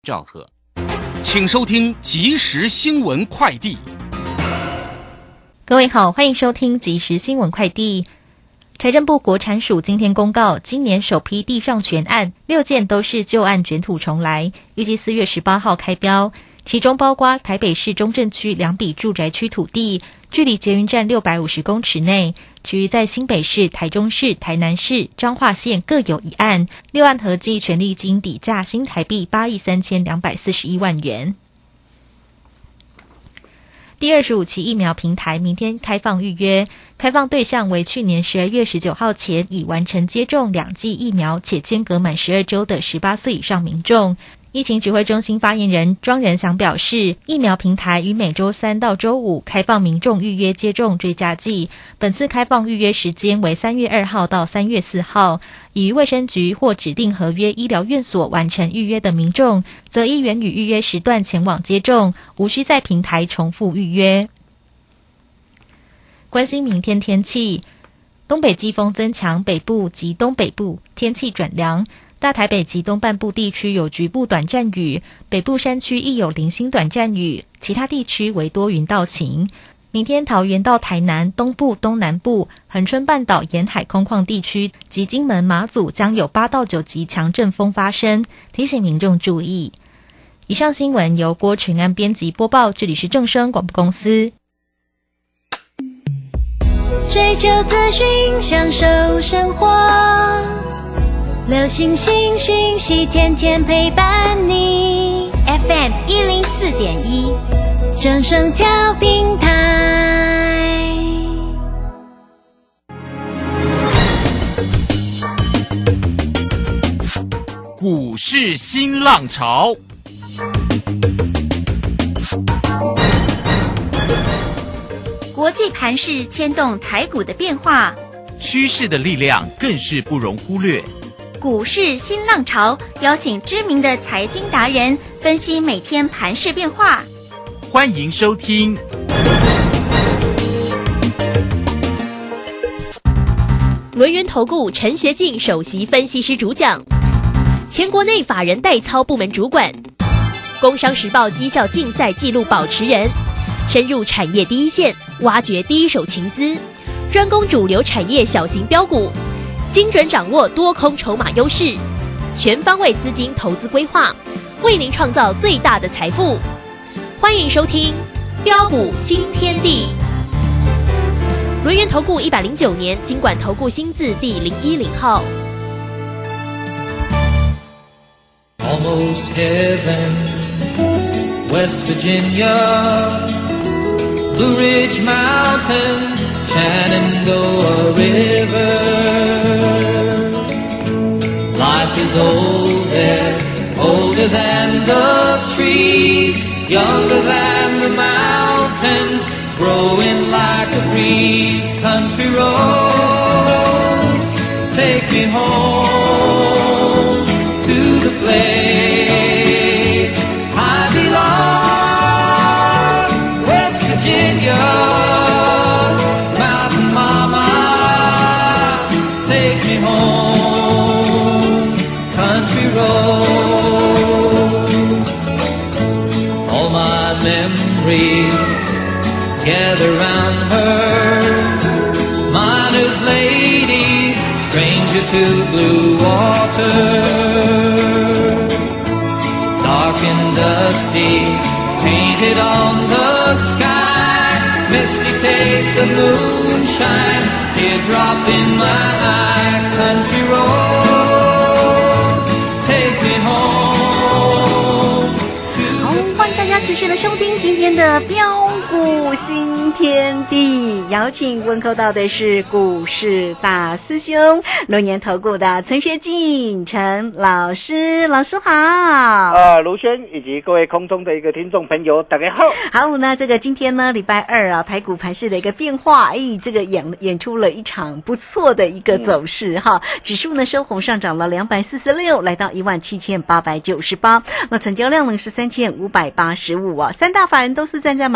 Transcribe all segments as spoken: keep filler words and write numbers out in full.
赵贺，请收听即时新闻快递。 各位好，欢迎收听即时新闻快递。财政部国产署今天公告，今年首批地上权案六件都是旧案卷土重来，预计四月十八号开标，其中包括台北市中正区两笔住宅区土地，距离捷运站六百五十公尺内，其余在新北市、台中市、台南市、彰化县各有一案，六案合计权利金底价新台币八亿三千两百四十一万元。第二十五期疫苗平台明天开放预约，开放对象为去年十二月十九号前已完成接种两剂疫苗且间隔满十二周的十八岁以上民众。疫情指挥中心发言人庄仁祥表示，疫苗平台于每周三到周五开放民众预约接种追加剂，本次开放预约时间为三月二号到三月四号，已于卫生局或指定合约医疗院所完成预约的民众，则依原与预约时段前往接种，无需在平台重复预约。关心明天天气，东北季风增强，北部及东北部天气转凉，大台北及东半部地区有局部短暂雨，北部山区亦有零星短暂雨，其他地区为多云到晴。明天桃园到台南、东部、东南部、恒春半岛沿海空旷地区及金门、马祖将有八到九级强阵风发生，提醒民众注意。以上新闻由郭群安编辑播报，这里是正声广播公司。 追求资讯，享受生活，流行新讯息，天天陪伴你。F M 一零四点一，正声调频台。 股市新浪潮， 国际盘势牵动台股的变化， 趋势的力量更是不容忽略。 股市新浪潮邀请知名的财经达人分析每天盘势变化。 欢迎收听轮源投顾陈学进首席分析师主讲，前国内法人代操部门主管，工商时报绩效竞赛纪录保持人，深入产业第一线，挖掘第一手情资，专攻主流产业小型标股，精准掌握多空筹码优势，全方位资金投资规划，为您创造最大的财富。欢迎收听标股新天地。轮源投顾一百零九年金管投顾新字第零一零号。 Almost heaven, West Virginia, Blue Ridge Mountains, Shenandoah River. Life is old there, older than the trees, younger than the mountains, growing like a breeze. Country roads, take me home to the place I belong, West Virginia, Mountain Mama, take me home, country roads. All my memories gather round her, miner's lady, stranger to blue water. Dark and dusty, painted on the sky, misty taste of moonshine, teardrop in my eye. Country roads, take me home to the place. 欢迎大家持续的收听今天的标股新天地，邀请问候到的是股市大师兄龙年投顾的陈学进陈老师，老师好。 呃，卢轩以及各位空中的一个听众朋友，大家好。 好，那这个今天呢，礼拜二啊，台股盘势的一个变化，哎，这个演演出了一场不错的一个走势、嗯、哈。指数呢收红上涨了两百四十六，来到一万七千八百九十八。那成交量呢是三千五百八十五啊，三大法人都是站在买方喽。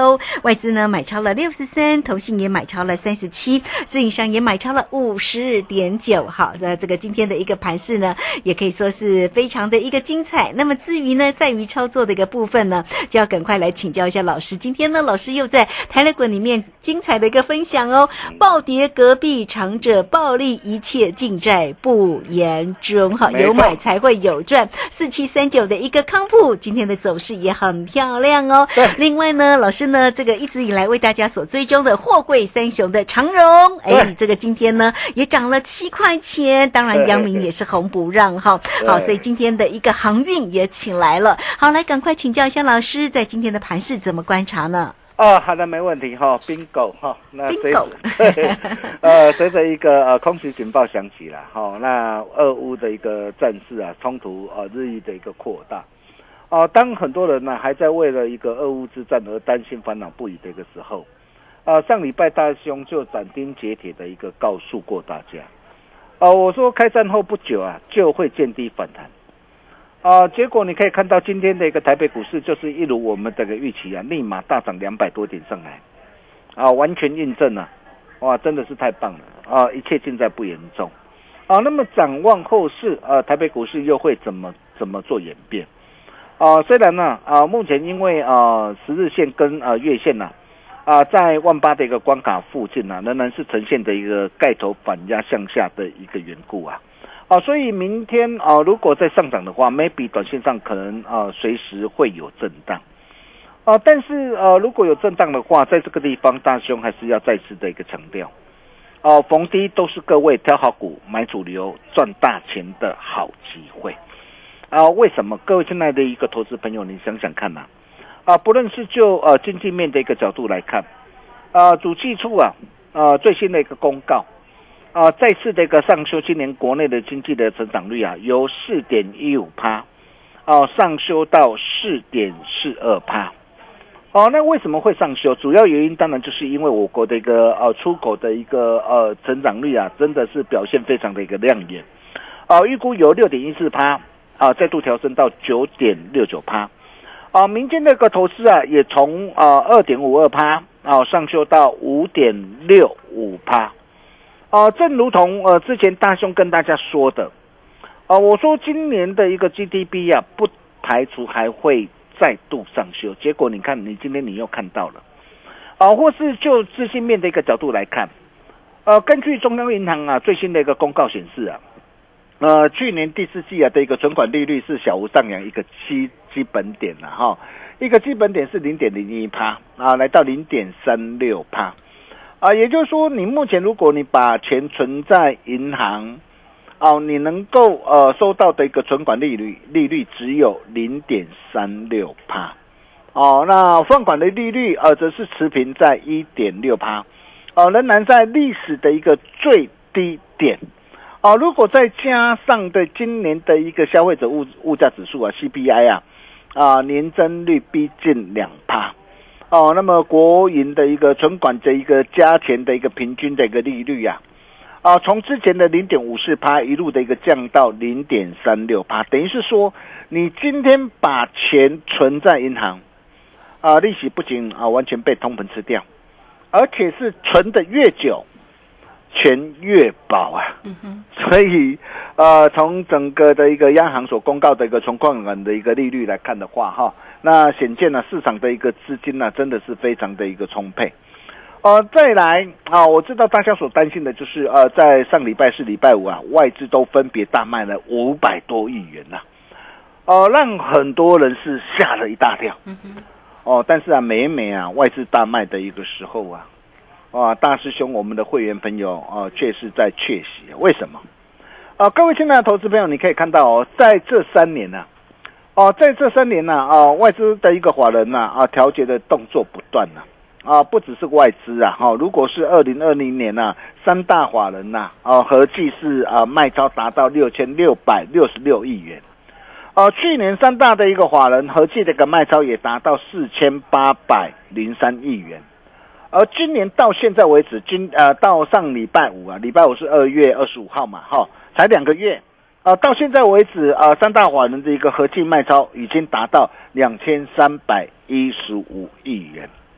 喽。外资呢买超了六十三，投信也买超了三十七，自营商也买超了五十点九。好，那这个今天的一个盘势呢，也可以说是非常的一个精彩。那么至于呢，在于操作的一个部分呢，就要赶快来请教一下老师。今天呢，老师又在台乐滚里面精彩的一个分享哦，暴跌隔壁长者暴利，一切尽在不言中。好，有买才会有赚。四七三九的一个康普，今天的走势也很漂亮哦。另外呢，老师呢，这个一直以来为大家所追踪的货柜三雄的长荣，哎，这个今天呢也涨了七块钱，当然阳明也是红不让哈。好，所以今天的一个航运也请来了。好，来赶快请教一下老师，在今天的盘势怎么观察呢？ 哦，好的，没问题哈。bingo 哈，那随着呃随着一个呃空袭警报响起了哈，那俄乌的一个战事啊冲突啊日益的一个扩大，哦、呃，当很多人呢还在为了一个俄乌之战而担心烦恼不已的一个时候，呃上礼拜大兄就斩钉截铁的一个告诉过大家，呃我说开战后不久啊就会见低反弹。啊、呃，结果你可以看到今天的一个台北股市，就是一如我们这个预期啊，立马大涨两百多点上来，啊，完全印证了，哇，真的是太棒了啊！一切尽在不言中，啊，那么展望后市，呃，台北股市又会怎么怎么做演变？啊，虽然呢，啊，目前因为啊十日线跟呃月线呢、啊，啊，在万八的一个关卡附近呢、啊，仍然是呈现的一个盖头反压向下的一个缘故啊。啊，所以明天啊，如果再上涨的话 ，maybe 短线上可能啊随时会有震荡，啊，但是呃、啊、如果有震荡的话，在这个地方大兄还是要再次的一个强调，哦、啊，逢低都是各位挑好股、买主流、赚大钱的好机会，啊，为什么？各位亲爱的一个投资朋友，你想想看呐、啊，啊，不论是就呃、啊、经济面的一个角度来看，啊，主计处啊，啊最新的一个公告。啊、呃，再次的一个上修，今年国内的经济的成长率啊，由 四点一五趴，哦、呃，上修到 四点四二趴。哦，那为什么会上修？主要原因当然就是因为我国的一个呃出口的一个呃成长率啊，真的是表现非常的一个亮眼。啊、呃，预估由 六点一四趴啊，再度调升到 九点六九趴。啊、呃，民间的一个投资啊，也从啊 二点五二趴啊上修到 五点六五趴。啊、呃，正如同呃之前大兄跟大家说的，啊、呃，我说今年的一个 G D P 啊，不排除还会再度上修。结果你看，你今天你又看到了，啊、呃，或是就资金面的一个角度来看，呃，根据中央银行啊最新的一个公告显示啊，呃，去年第四季啊的一个存款利率是小幅上扬一个基基本点了、啊、哈，一个基本点是 零点零一趴啊，来到 零点三六趴。啊，也就是说，你目前如果你把钱存在银行，哦，你能够呃收到的一个存款利率利率只有 零点三六趴，哦，那放款的利率呃则是持平在 一点六趴，哦，仍然在历史的一个最低点，哦，如果再加上的今年的一个消费者物物价指数啊 C P I 啊，啊年增率逼近两趴。哦，那么国营的一个存款的一个加钱的一个平均的一个利率啊，啊，从之前的 零点五四趴一路的一个降到 零点三六趴，等于是说，你今天把钱存在银行，啊，利息不仅啊完全被通膨吃掉，而且是存的越久，钱越薄啊。嗯哼。所以，呃，从整个的一个央行所公告的一个存款人的一个利率来看的话，哈。那显见呢，市场的一个资金呢、啊，真的是非常的一个充沛。呃，再来啊，我知道大家所担心的就是，呃，在上礼拜四、礼拜五啊，外资都分别大卖了五百多亿元呐、啊，呃，让很多人是吓了一大跳。嗯哼。哦，但是啊，每每啊，外资大卖的一个时候啊，啊，大师兄，我们的会员朋友啊，却是在窃喜，为什么？啊、呃，各位亲爱的投资朋友，你可以看到哦，在这三年呢、啊。哦，在这三年呢、啊，啊，外资的一个法人呢、啊，啊，调节的动作不断呢、啊，啊，不只是外资啊，哈、啊，如果是二零二零年啊，三大法人呐、啊，啊，合计是啊卖超达到六千六百六十六亿元，啊，去年三大的一个法人合计的一个卖超也达到四千八百零三亿元，而今年到现在为止，今呃到上礼拜五啊，礼拜五是二月二十五号嘛，哈，才两个月。啊、呃，到现在为止，啊、呃，三大法人的一个合计卖超已经达到两千三百一十五亿元，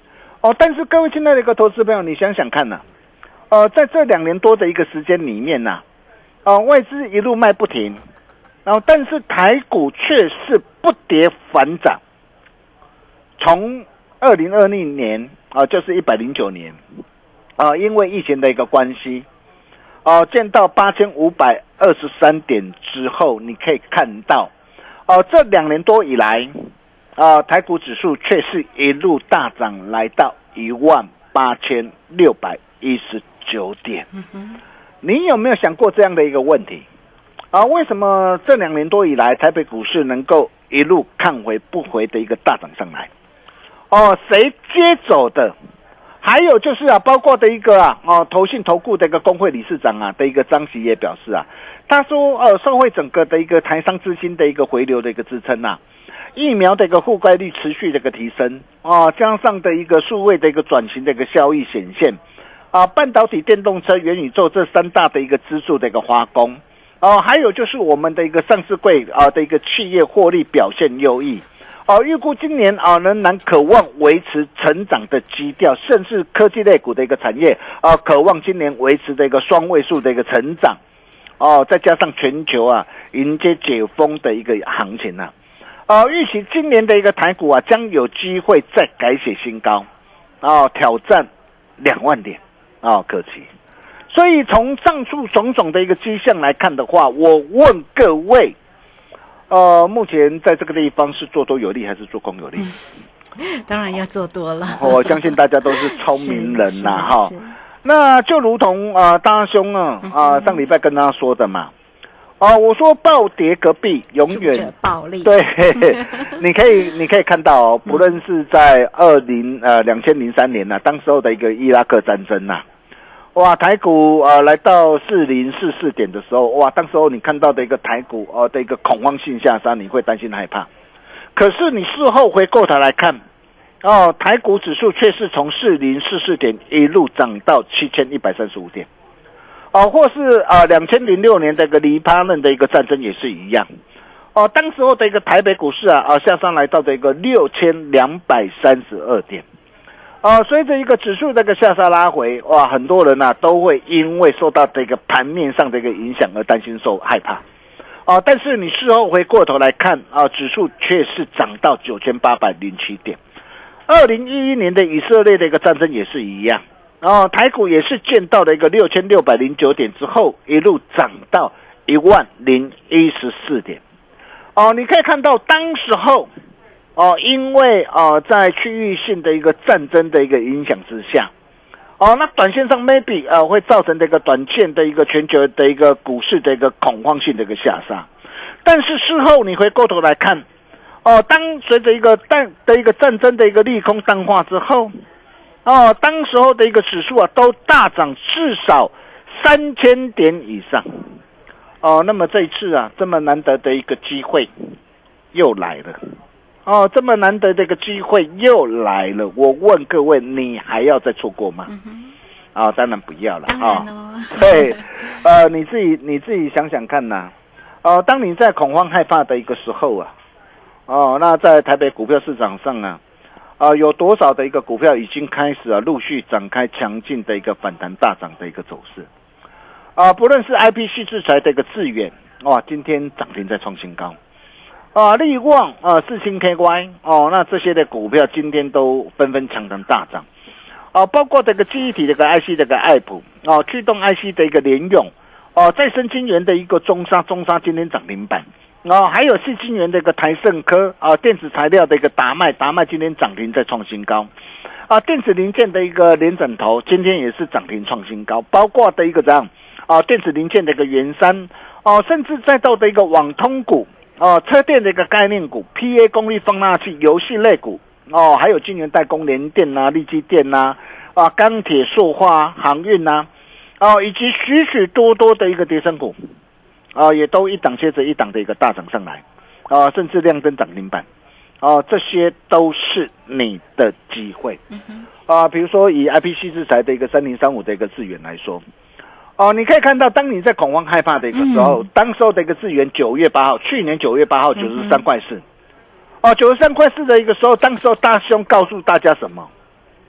哦，但是各位亲爱的一个投资朋友，你想想看呐、啊，呃，在这两年多的一个时间里面呐、啊，呃，外资一路卖不停，然后但是台股却是不跌反涨，从二零二零年啊、呃，就是一百零九年啊、呃，因为疫情的一个关系，哦、呃，见到八千五百二十三点之后，你可以看到，哦、呃，这两年多以来。啊、呃，台股指数却是一路大涨，来到一万八千六百一十九点。嗯、你有没有想过这样的一个问题？啊、呃，为什么这两年多以来，台北股市能够一路看回不回的一个大涨上来？哦，谁接走的？还有就是啊，包括的一个啊，哦，投信投顾的一个工会理事长啊的一个张喜也表示啊，他说，呃，受惠整个的一个台商资金的一个回流的一个支撑啊。疫苗的一个覆盖率持续的一个提升啊，加上的一个数位的一个转型的一个效益显现啊，半导体、电动车、元宇宙这三大的一个支柱的一个发功啊，还有就是我们的一个上市柜啊的一个企业获利表现优异啊，预估今年啊仍然渴望维持成长的基调，甚至科技类股的一个产业啊，渴望今年维持的一个双位数的一个成长哦，再加上全球啊迎接解封的一个行情啊。呃，预期今年的一个台股啊，将有机会再改写新高，哦，挑战两万点，哦，可期。所以从上述种种的一个迹象来看的话，我问各位，呃，目前在这个地方是做多有利还是做空有利？ 嗯、当然要做多了。 我相信大家都是聪明人呐，哈。那就如同啊、呃，大兄啊，啊、呃，上礼拜跟他说的嘛。哦，我说暴跌隔壁永远暴利，对， 你可以你可以看到哦，不论是在二零呃两千零三年呐、啊，当时候的一个伊拉克战争呐、啊，哇，台股呃来到四零四四点的时候，哇，当时候你看到的一个台股哦、呃、的一个恐慌性下杀，你会担心害怕。可是你事后回过头来看，哦，台股指数却是从四零四四点一路涨到七千一百三十五点。哦，或是啊，两千零六年的一个黎巴嫩的一个战争也是一样，哦，当时候的一个台北股市啊，啊下山来到的一个六千两百三十二点，啊，随着一个指数的一个下杀拉回，哇，很多人啊都会因为受到这个盘面上的一个影响而担心受害怕，啊，但是你事后回过头来看啊，指数却是涨到九千八百零七点，二零一一年的以色列的一个战争也是一样。哦，台股也是见到了一个六千六百零九点之后，一路涨到一万零一十四点。哦，你可以看到当时候，哦，因为哦在区域性的一个战争的一个影响之下，哦，那短线上 maybe 呃会造成这个短线的一个全球的一个股市的一个恐慌性的一个下杀。但是事后你回过头来看，哦，当随着一个战的一个战争的一个利空淡化之后。哦，当时候的一个指数啊，都大涨至少三千点以上。哦，那么这一次啊，这么难得的一个机会又来了。哦，这么难得的一个机会又来了。我问各位，你还要再错过吗？嗯、哦，当然不要了。 当然哦。 对，呃，你自己你自己想想看呐、啊。哦，当你在恐慌害怕的一个时候啊，哦，那在台北股票市场上啊。啊、呃，有多少的一个股票已经开始啊陆续展开强劲的一个反弹大涨的一个走势啊、呃，不论是 I P C 制裁的一个智原，哇，今天涨停再创新高啊，力旺啊，世芯 K Y 哦，那这些的股票今天都纷纷强弹大涨啊，包括这个记忆体这个 I C 这个爱普啊，驱动 I C 的一个联咏哦、啊，再生晶圆的一个中砂，中砂今天涨停板。哦，还有矽晶圆的一个台盛科啊，电子材料的一个达麦，达麦今天涨停再创新高，啊，电子零件的一个联枕头今天也是涨停创新高，包括的一个这样啊，电子零件的一个元山，哦、啊，甚至再到的一个网通股，哦、啊，车电的一个概念股 ，P A 功率放大器、游戏类股，哦、啊，还有晶圆代工联电呐、力积电呐，啊，钢铁、塑化、航运呐，哦、啊，以及许许多多的一个跌升股。啊、呃，也都一档接着一档的一个大涨上来，啊、呃，甚至亮灯涨停板，啊、呃，这些都是你的机会，啊、呃，比如说以 I P C 制裁的一个三零三五的一个智原来说，哦、呃，你可以看到，当你在恐慌害怕的一个时候，嗯、当时候的一个智原九月八号，去年九月八号九十三块四，哦，九十三块四的一个时候，当时候大兄告诉大家什么？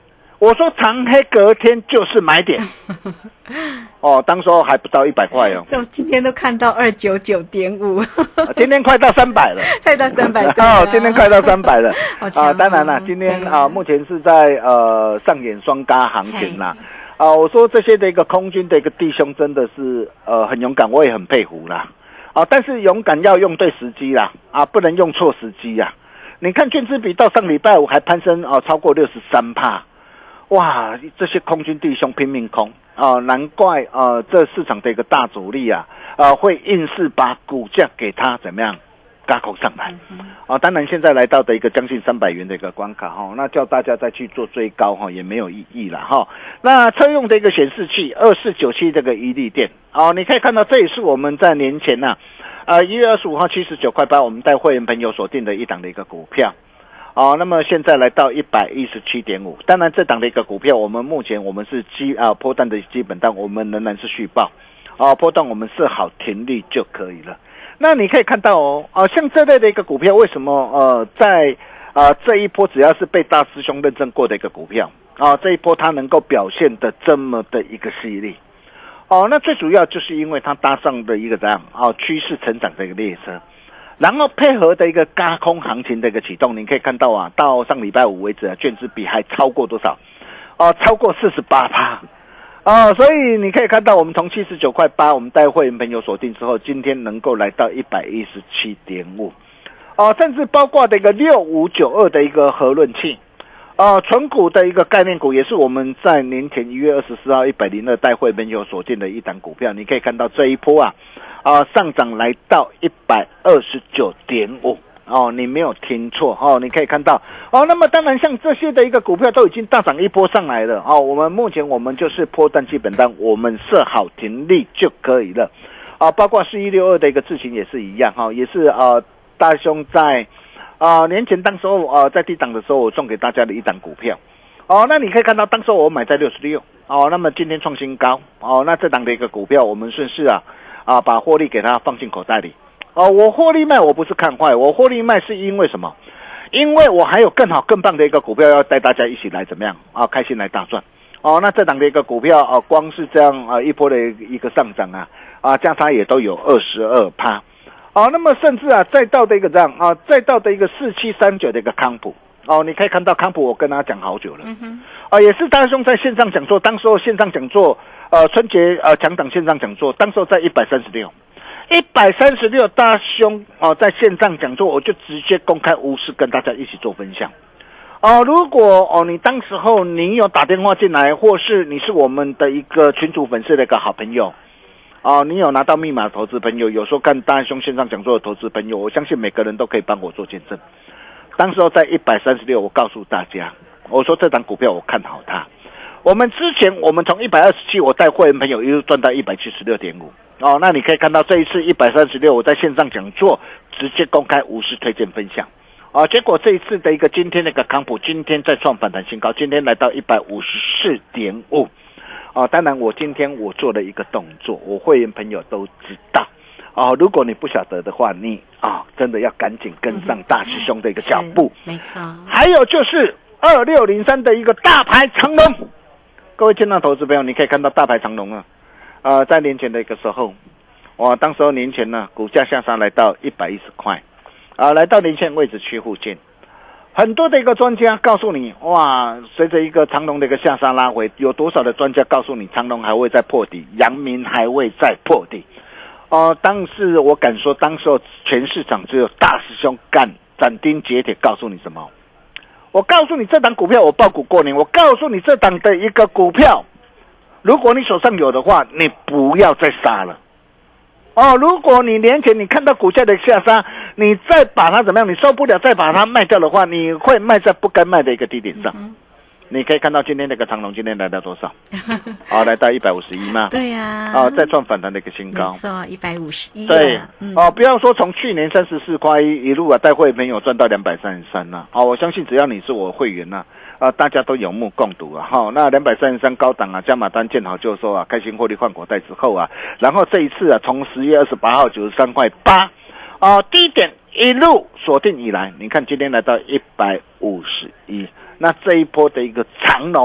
我说长黑隔天就是买点，哦，当时候还不到一百块哦。 就今天都看到二九九点五， 今天快到三百了， 快到三百哦，今天快到三百了。 好强、哦、 啊！当然了，今天啊，目前是在呃上演双嘎行情啦。啊，我说这些的一个空军的一个弟兄真的是呃很勇敢，我也很佩服啦。啊，但是勇敢要用对时机啦，啊，不能用错时机呀。你看券资比到上礼拜五还攀升啊，超过六十三趴。哇，这些空军弟兄拼命空啊，难怪啊，这市场的一个大主力啊，啊会硬是把股价给它怎么样嘎口上来啊。当然现在来到的一个将近三百元的一个关卡哈，那叫大家再去做追高哈也没有意义了哈。那车用的一个显示器二四九七这个一利电啊，你可以看到这也是我们在年前呐、啊，呃一月二十五号七十九块八，我们带会员朋友锁定的一档的一个股票。哦，那么现在来到一百一十七点五，当然这档的一个股票，我们目前我们是基啊波段的基本单，我们仍然是续报，哦波段我们设好停利就可以了。那你可以看到哦，啊像这类的一个股票，为什么呃在啊这一波只要是被大师兄认证过的一个股票，啊这一波它能够表现的这么的一个犀利，哦那最主要就是因为它搭上的一个怎样啊趋势成长的一个列车。然后配合的一个軋空行情的一个启动，你可以看到啊，到上礼拜五为止啊，券资比还超过多少？哦、呃，超过四十八趴，哦，所以你可以看到，我们从七十九块八，我们带会员朋友锁定之后，今天能够来到一百一十七点五，哦，甚至包括的一个六五九二的一个核论器，哦、呃，纯股的一个概念股，也是我们在年前一月二十四号一百零二带会员朋友锁定的一档股票，你可以看到这一波啊。啊、呃，上涨来到一百二十九点五哦，你没有听错哦，你可以看到哦。那么当然，像这些的一个股票都已经大涨一波上来了哦。我们目前我们就是波段基本单，我们设好停利就可以了啊。包括四一六二的一个智勤也是一样哈、哦，也是呃大兄在啊、呃、年前当时候呃在低档的时候，我送给大家的一档股票哦。那你可以看到，当时候我买在六十六哦，那么今天创新高哦。那这档的一个股票，我们顺势啊。啊，把获利给它放进口袋里。哦，我获利卖，我不是看坏，我获利卖是因为什么？因为我还有更好、更棒的一个股票要带大家一起来怎么样啊？开心来大赚。哦，那这档的一个股票啊，光是这样啊一波的一个上涨啊，啊，这样它也都有二十二趴。哦，那么甚至啊，再到的一个这样啊，再到的一个四七三九的一个康普。哦，你可以看到康普，我跟他讲好久了。嗯哼。啊，也是大兄在线上讲座，当时候线上讲座。呃，春节呃强档线上讲座，当时候在一百三十六，一百三十六大兄哦、呃，在线上讲座，我就直接公开无私跟大家一起做分享。哦、呃，如果哦你当时候你有打电话进来，或是你是我们的一个群组粉丝的一个好朋友，哦、呃，你有拿到密码投资朋友，有时候看大兄线上讲座的投资朋友，我相信每个人都可以帮我做见证。当时候在一百三十六，我告诉大家，我说这档股票我看好它。我们之前，我们从一百二十七，我带会员朋友一路赚到一百七十六点五哦。那你可以看到这一次一百三十六，我在线上讲座直接公开无私推荐分享哦。结果这一次的一个今天那个康普，今天再创反弹新高，今天来到一百五十四点五哦。当然，我今天我做了一个动作，我会员朋友都知道哦。如果你不晓得的话，你啊、哦、真的要赶紧跟上大师兄的一个脚步， 没错。 还有就是二六零三的一个大牌长龙。各位亲爱的投资朋友，你可以看到大牌长龙啊，呃，在年前的一个时候，哇，当时候年前呢，股价下杀来到一百一十块，啊、呃，来到年线位置区附近，很多的一个专家告诉你，哇，随着一个长龙的一个下杀拉回，有多少的专家告诉你长龙还会再破底，阳明还会再破底，哦、呃，但是我敢说，当时候全市场只有大师兄敢斩钉截铁告诉你什么？我告诉你，这档股票我抱股过年。我告诉你，这档的一个股票，如果你手上有的话，你不要再杀了。哦，如果你年前你看到股价的下杀，你再把它怎么样？你受不了再把它卖掉的话，你会卖在不该卖的一个低点上。嗯、你可以看到今天那个长荣今天来到多少？啊、哦，来到一百五十一嘛。 对呀、啊。 啊、哦，再创反弹的一个新高。 没错，一百五十一。 对。 嗯、 哦，不要说从去年三十四块一一路啊带会朋友赚到两百三十三呐。哦，我相信只要你是我会员呐、啊。啊，大家都有目共睹啊！哈、哦，那两百三十三高档啊，加码单见好就收啊，开心获利换口袋之后啊，然后这一次啊，从十月二十八号九十三块八啊低点一路锁定以来，你看今天来到一百五十一，那这一波的一个长龙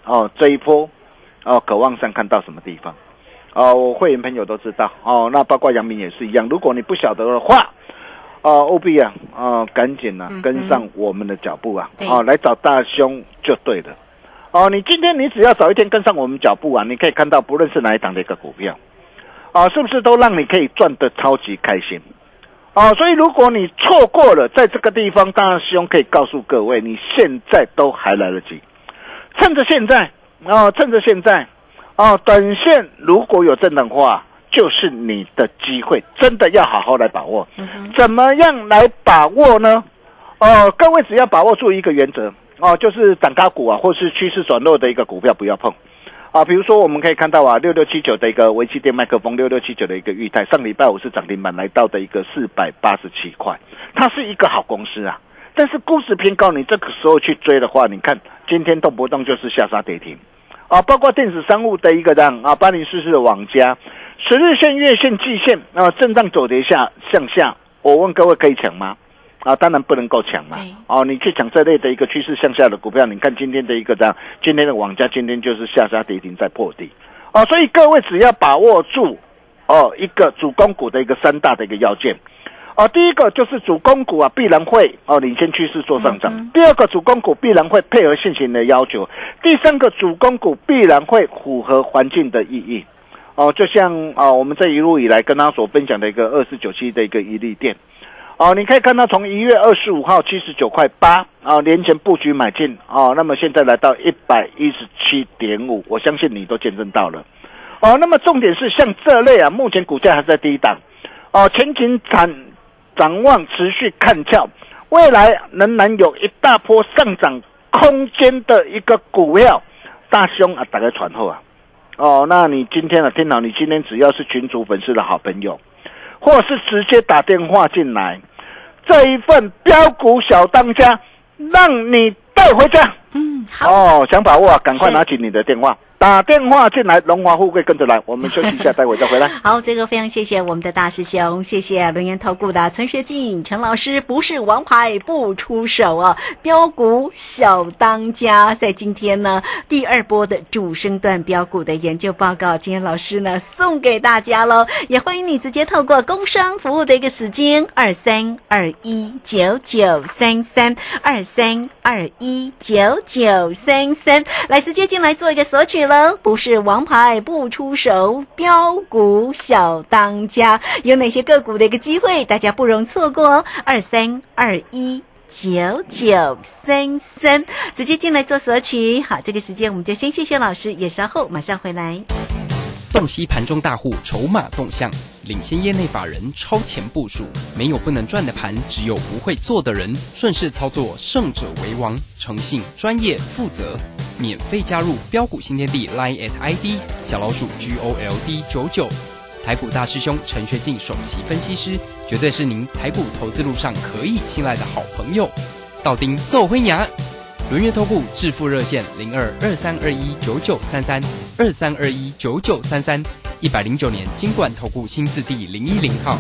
哦，这一波哦，渴望上看到什么地方？哦，我会员朋友都知道哦，那包括阳明也是一样。如果你不晓得的话，哦，务必啊，哦，赶紧啊，跟上我们的脚步啊，嗯、哦，来找大兄就对了。哦，你今天你只要早一天跟上我们脚步啊，你可以看到不论是哪一档的一个股票，啊、哦，是不是都让你可以赚得超级开心？哦，所以如果你错过了，在这个地方，大兄可以告诉各位，你现在都还来得及，趁着现在，哦，趁着现在。哦，短线如果有震荡的话，就是你的机会，真的要好好来把握。嗯、怎么样来把握呢？哦，各位只要把握住一个原则哦，就是涨高股啊，或是趋势转弱的一个股票不要碰啊。比如说我们可以看到啊，六六七九的一个微气电麦克风，六六七九的一个裕泰，上礼拜五是涨停板来到的一个四百八十七块，它是一个好公司啊。但是估值偏高，你这个时候去追的话，你看今天动不动就是下杀跌停。啊，包括电子商务的一个让啊，八零四四的网家，十日线、月线、季线啊，震荡走跌下向下，我问各位可以抢吗？啊，当然不能够抢嘛。哦、啊，你去抢这类的一个趋势向下的股票，你看今天的一个这样，今天的网家今天就是下杀跌停在破底。啊，所以各位只要把握住哦、啊、一个主攻股的一个三大的一个要件。哦、啊，第一个就是主攻股啊，必然会哦领先趋势做上涨；第二个主攻股必然会配合现行的要求；第三个主攻股必然会符合环境的意义。哦，就像啊我们这一路以来跟他所分享的一个二四九七的一个一利电，哦，你可以看到从一月二十五号七十九块八啊年前布局买进哦，那么现在来到一百一十七点五，我相信你都见证到了。哦，那么重点是像这类啊，目前股价还在低档，哦，前景展。展望持续看俏，未来仍然有一大波上涨空间的一个股票，大兄啊，大家传后啊，哦，那你今天啊，听好，你今天只要是群组粉丝的好朋友，或是直接打电话进来，这一份标股小当家，让你带回家。嗯，好。哦，想把握啊，赶快拿起你的电话。打电话进来，荣华富贵跟着来。我们休息一下，待会再回来。 好，这个非常谢谢我们的大师兄，谢谢轮研投顾的陈学进陈老师，不是王牌不出手啊，标股小当家，在今天呢第二波的主升段标股的研究报告，今天老师呢送给大家喽，也欢迎你直接透过工商服务的一个时间二三二一九九三三二三二一九九三三来直接进来做一个索取。不是王牌不出手，标股小当家，有哪些个股的一个机会，大家不容错过哦。二三二一九九三三，直接进来做索取。好，这个时间我们就先谢谢老师，也稍后马上回来。 洞悉盘中大户筹码动向，领先业内法人超前部署，没有不能赚的盘，只有不会做的人。顺势操作，胜者为王。诚信、专业、负责。免费加入标股新天地 Line at I D 小老鼠 G O L D 九九，台股大师兄陈学进首席分析师，绝对是您台股投资路上可以信赖的好朋友。道丁奏辉牙，轮源投顾致富热线零二二三二一九九三三二三二一九九三三，一百零九年金管投顾新字第零一零号。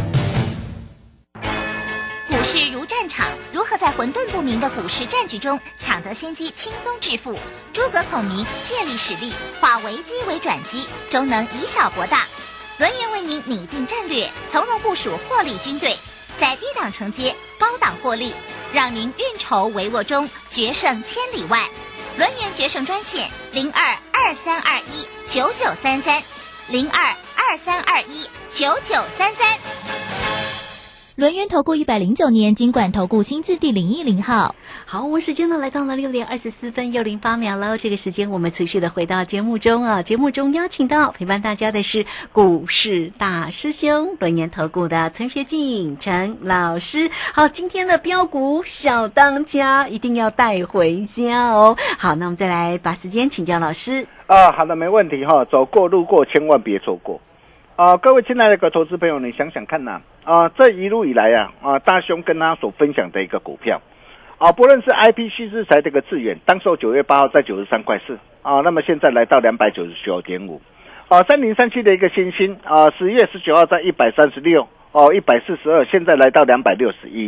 股市如战场，如何在混沌不明的股市战局中抢得先机，轻松致富？诸葛孔明借力使力，化危机为转机，终能以小博大。轮源为您拟定战略，从容部署获利军队，在低档承接，高档获利，让您运筹帷幄中决胜千里外。轮源决胜专线零二二三二一九九三三零二二三二一九九三三。 轮源投顾一百零九年金管投顾新字第零一零号。 好，我们时间呢来到了六点二十四分又零八秒了。这个时间我们持续的回到节目中啊，节目中邀请到陪伴大家的是股市大师兄轮研投顾的陈学进陈老师。好，今天的标股小当家一定要带回家哦。好，那我们再来把时间请教老师。 啊，好的，没问题哈。走过路过，千万别错过。啊，各位亲爱的个投资朋友，你想想看呐、啊，啊，这一路以来啊，啊，大兄跟他所分享的一个股票，啊，不论是 I P C 制裁这个致远，当时九月八号在九十三块四，啊，那么现在来到两百九十九点五，啊，三零三七的一个新兴，啊，十月十九号在一百三十六，哦，一百四十二，现在来到两百六十一，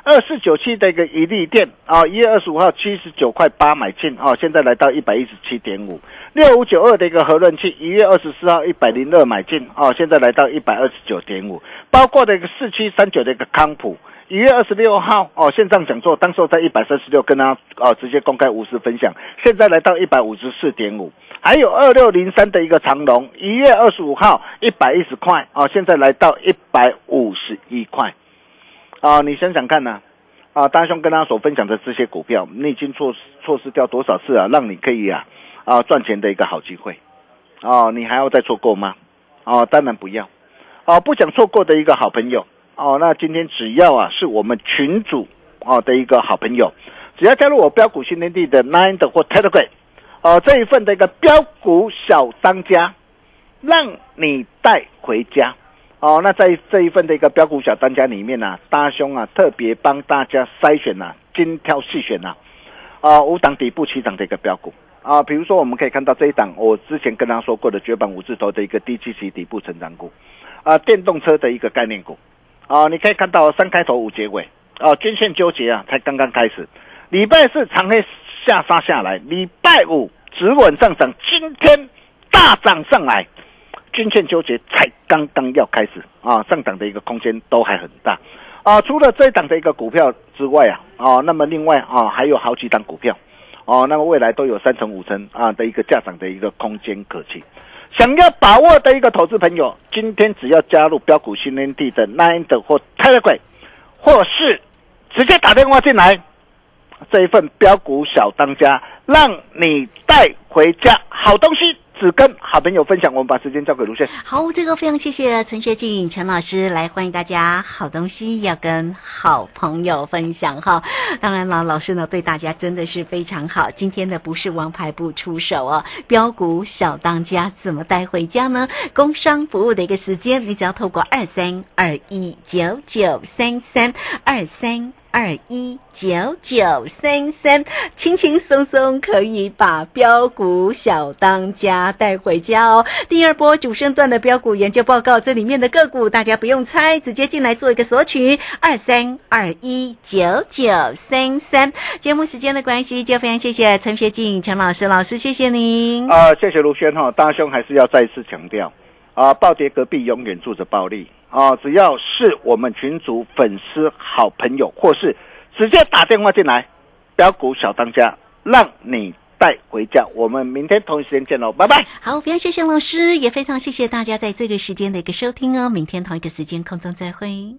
二四九七的一个一利电啊，一月二十五号七十九块八买进啊，现在来到一百一十七点五。六五九二的一个核润器，一月二十四号一百零二买进啊，现在来到一百二十九点五。包括的一个四七三九的一个康普，一月二十六号哦线上讲座，当时在一百三十六跟他哦直接公开无私分享，现在来到一百五十四点五。还有二六零三的一个长荣，一月二十五号一百一十块啊，现在来到一百五十一块啊，你想想看呢、啊？啊，大兄跟他所分享的这些股票，你已经错错失掉多少次啊？让你可以啊啊赚钱的一个好机会啊，你还要再错过吗？啊，当然不要啊，不想错过的一个好朋友哦、啊。那今天只要啊是我们群主啊的一个好朋友，只要加入我标股新天地的 Line 的或 Telegram。哦、呃，这一份的一个标股小当家，让你带回家。哦，那在这一份的一个标股小当家里面呢、啊，大兄啊特别帮大家筛选呐、啊，精挑细选呐、啊，啊五档底部起涨的一个标股啊，比如说我们可以看到这一档，我之前跟他说过的绝版五字头的一个低基期底部成长股，啊电动车的一个概念股，啊你可以看到三开头五结尾，啊均线纠结啊才刚刚开始，礼拜四长黑下杀下来，礼拜五止稳上涨，今天大涨上来，均线纠结才刚刚要开始啊，上涨的一个空间都还很大啊。除了这一档的一个股票之外啊，啊，那么另外啊还有好几档股票哦、啊，那么未来都有三成五成啊的一个价涨的一个空间可期。想要把握的一个投资朋友，今天只要加入标股新天地的 Line 的或 Telegram， 或是直接打电话进来。这一份标股小当家，让你带回家好东西，只跟好朋友分享。我们把时间交给卢轩。 好，这个非常谢谢陈学进陈老师来欢迎大家，好东西要跟好朋友分享哈。当然了，老师呢对大家真的是非常好。今天的不是王牌不出手哦，标股小当家怎么带回家呢？工商服务的一个时间，你只要透过二三二一九九三三二三。二一九九三三，轻轻松松可以把标股小当家带回家哦。第二波主升段的标股研究报告，这里面的个股大家不用猜，直接进来做一个索取。二三二一九九三三。节目时间的关系，就非常谢谢陈学进陈老师，老师谢谢您。 啊、呃，谢谢卢轩哈，大兄还是要再一次强调。啊，暴跌隔壁永远住着暴利啊！只要是我们群组粉丝、好朋友，或是直接打电话进来，标股小当家，让你带回家。我们明天同一时间见喽，拜拜。 好，非常谢谢老师，也非常谢谢大家在这个时间的一个收听哦。明天同一个时间空中再会。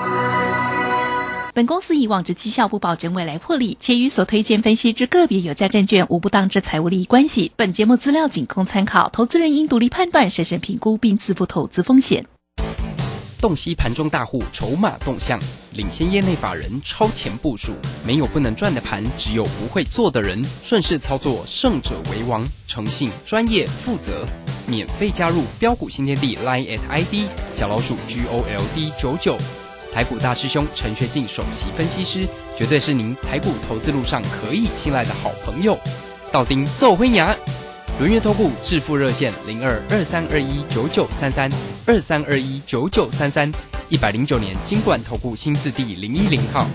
本公司以往之绩效不保证未来获利，且与所推荐分析之个别有价证券无不当之财务利益关系。本节目资料仅供参考，投资人应独立判断、审慎评估并自负投资风险。 洞悉盘中大户筹码动向，领先业内法人超前部署，没有不能赚的盘，只有不会做的人。顺势操作，胜者为王。诚信、专业、负责，免费加入标股新天地 Line at I D 小老鼠 G O L D 九九。台股大师兄陈学进首席分析师，绝对是您台股投资路上可以信赖的好朋友。道丁奏辉牙，轮月投顾致富热线零二二三二一九九三三二三二一九九三三，一百零九年金管投顾新字第零一零号。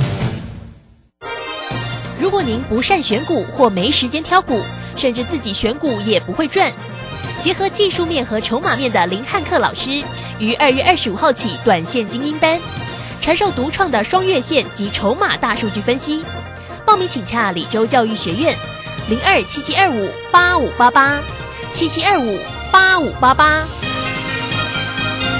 如果您不善选股或没时间挑股，甚至自己选股也不会赚，结合技术面和筹码面的林汉克老师，于二月二十五号起短线精英班，传授独创的双月线及筹码大数据分析。报名请洽李州教育学院零二七七二五八五八八七七二五八五八八。